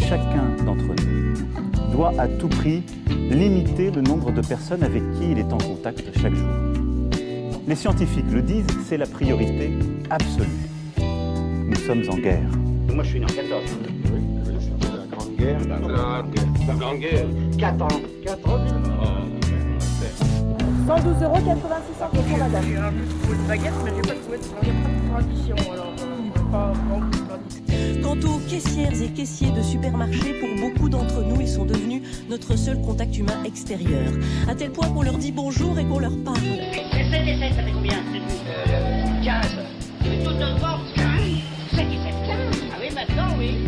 chacun d'entre nous doit à tout prix limiter le nombre de personnes avec qui il est en contact chaque jour. Les scientifiques le disent, c'est la priorité absolue. Nous sommes en guerre. Moi, je suis né en 14. Oui, c'est la Grande Guerre. La Grande Guerre. 4 ans. 4 ans. 112,86 € pour madame. J'ai un peu trouvé de baguette, mais j'ai pas trouvé de tradition, alors pas vraiment de tradition. Quant aux caissières et caissiers de supermarchés, pour beaucoup d'entre nous, ils sont devenus notre seul contact humain extérieur. À tel point qu'on leur dit bonjour et qu'on leur parle. Et 7 et 7, ça fait combien? 15. Mais toute notre force, 15. 7 et 7, 15. Ah oui, maintenant, oui.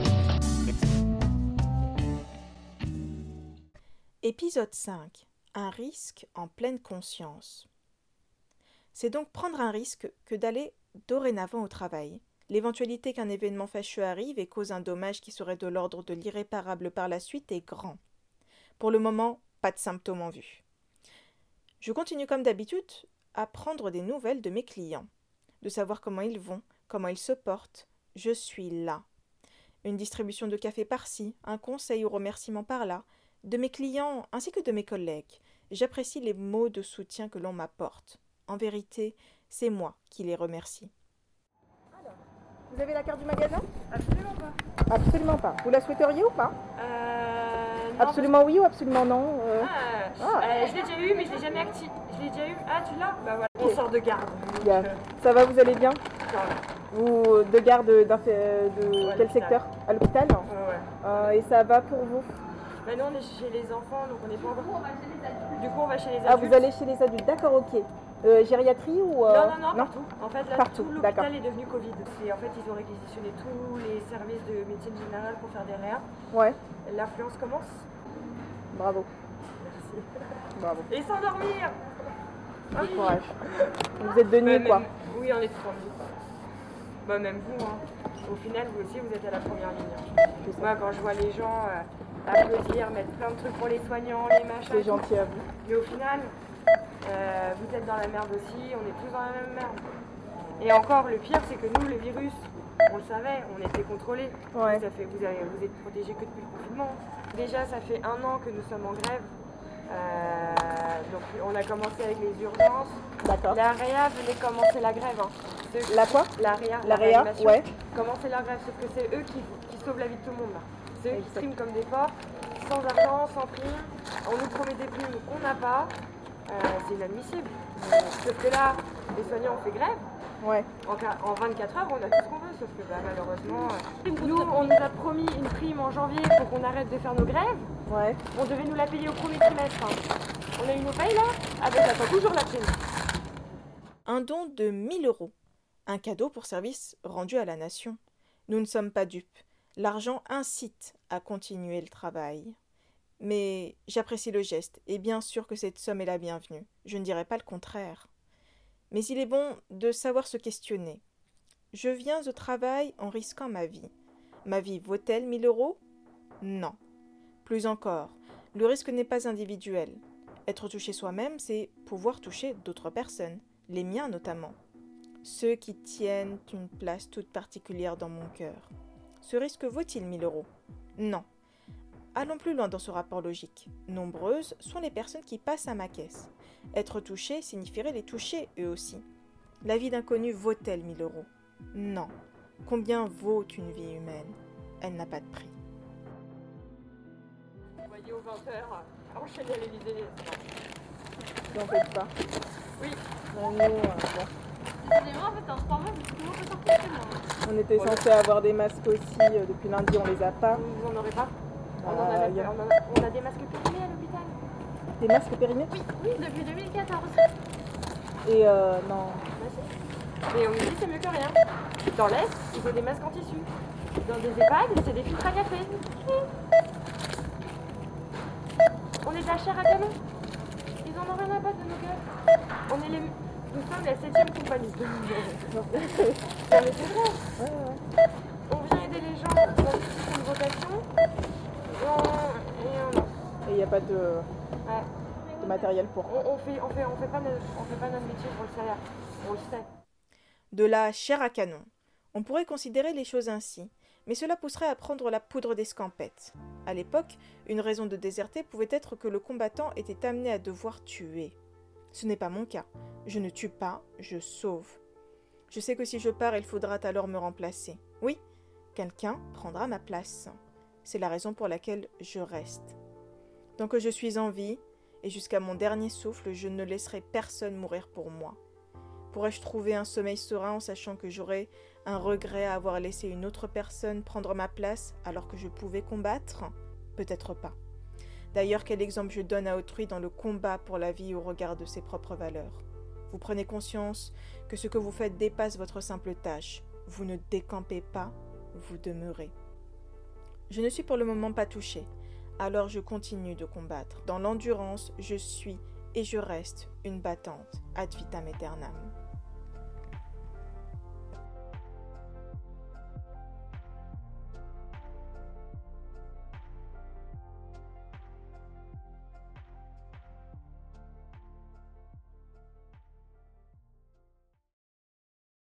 Épisode 5. Un risque en pleine conscience. C'est donc prendre un risque que d'aller dorénavant au travail. L'éventualité qu'un événement fâcheux arrive et cause un dommage qui serait de l'ordre de l'irréparable par la suite est grand. Pour le moment, pas de symptômes en vue. Je continue comme d'habitude à prendre des nouvelles de mes clients, de savoir comment ils vont, comment ils se portent. Je suis là. Une distribution de café par-ci, un conseil ou remerciement par-là, de mes clients ainsi que de mes collègues. J'apprécie les mots de soutien que l'on m'apporte. En vérité, c'est moi qui les remercie. Alors, vous avez la carte du magasin ? Absolument pas. Absolument pas. Vous la souhaiteriez ou pas ? Non, Absolument oui ou absolument non je l'ai déjà eu, mais je l'ai jamais activé. Je l'ai déjà eu. Ah, tu l'as ? Bah voilà. On sort de garde. Bien. Ça va, vous allez bien ? Ouais. Vous de garde de quel secteur ? À l'hôpital ? Ouais. Et ça va pour vous ? Bah non, on est chez les enfants, donc on n'est pas encore. Du coup, on va chez les adultes. Ah, vous allez chez les adultes, d'accord, ok. Gériatrie ou Non, partout. En fait, là, partout, tout l'hôpital est devenu Covid. En fait, ils ont réquisitionné tous les services de médecine générale pour faire des réa. Ouais. L'affluence commence. Bravo. Merci. Bravo. Et s'endormir. Bon courage. Vous êtes de nuit, quoi. Oui, on est tous en nuit. Bah, même vous, hein. Au final, vous aussi, vous êtes à la première ligne. Moi, quand je vois les gens applaudir, mettre plein de trucs pour les soignants, les machins. C'est gentil à vous. Mais au final, vous êtes dans la merde aussi, on est tous dans la même merde. Et encore, le pire, c'est que nous, le virus, on le savait, on était contrôlés. Ouais. Vous êtes protégés que depuis le confinement. Déjà, ça fait 1 an que nous sommes en grève. Donc, on a commencé avec les urgences. D'accord. La REA venait commencer la grève. Hein. La quoi ? La REA. La REA, ouais. Commencer la grève, sauf que c'est eux qui sauvent la vie de tout le monde. Là. C'est eux qui streament comme des porcs, sans argent, sans prime. On nous promet des primes qu'on n'a pas. C'est inadmissible. Sauf que là, les soignants ont fait grève. Ouais. En 24 heures, on a tout ce qu'on veut, sauf que malheureusement, nous, on nous a promis une prime en janvier pour qu'on arrête de faire nos grèves. Ouais. On devait nous la payer au premier trimestre. Hein. On a eu nos payes là, avec la toujours la prime. Un don de 1 000 €. Un cadeau pour service rendu à la nation. Nous ne sommes pas dupes. L'argent incite à continuer le travail. Mais j'apprécie le geste, et bien sûr que cette somme est la bienvenue. Je ne dirais pas le contraire. Mais il est bon de savoir se questionner. Je viens au travail en risquant ma vie. Ma vie vaut-elle 1 000 €? Non. Plus encore, le risque n'est pas individuel. Être touché soi-même, c'est pouvoir toucher d'autres personnes, les miens notamment. Ceux qui tiennent une place toute particulière dans mon cœur. Ce risque vaut-il 1 000 €? Non. Allons plus loin dans ce rapport logique. Nombreuses sont les personnes qui passent à ma caisse. Être touché signifierait les toucher eux aussi. La vie d'inconnu vaut-elle 1 000 €? Non. Combien vaut une vie humaine? Elle n'a pas de prix. Vous voyez aux 20h, enchaîner à l'Élysée. N'en faites pas. Oui. Bon. Décidément, en fait, en 3 mois, tout le monde peut sortir chez moi. On était censé avoir des masques aussi. Depuis lundi, on les a pas. Vous n'en aurez pas? On a des masques périmés à l'hôpital. Des masques périmés? Oui, depuis 2014. Et non. Et on nous dit c'est mieux que rien. Dans l'Est, il faut des masques en tissu. Dans des EHPAD, c'est des filtres à café. On est de la chair à canon. Ils en ont rien à battre de nos gueules. Nous sommes la 7e compagnie. Non mais c'est vrai. Ouais. On vient aider les gens dans le système de rotation. Et il n'y a pas de matériel pour. On fait pas notre métier pour le salaire. On le sait. De la chair à canon. On pourrait considérer les choses ainsi. Mais cela pousserait à prendre la poudre d'escampette. À l'époque, une raison de déserter pouvait être que le combattant était amené à devoir tuer. Ce n'est pas mon cas. Je ne tue pas, je sauve. Je sais que si je pars, il faudra alors me remplacer. Oui, quelqu'un prendra ma place. C'est la raison pour laquelle je reste. Tant que je suis en vie, et jusqu'à mon dernier souffle, je ne laisserai personne mourir pour moi. Pourrais-je trouver un sommeil serein en sachant que j'aurais un regret à avoir laissé une autre personne prendre ma place alors que je pouvais combattre ? Peut-être pas. D'ailleurs, quel exemple je donne à autrui dans le combat pour la vie au regard de ses propres valeurs ? Vous prenez conscience que ce que vous faites dépasse votre simple tâche. Vous ne décampez pas, vous demeurez. Je ne suis pour le moment pas touchée, alors je continue de combattre. Dans l'endurance, je suis et je reste une battante ad vitam aeternam.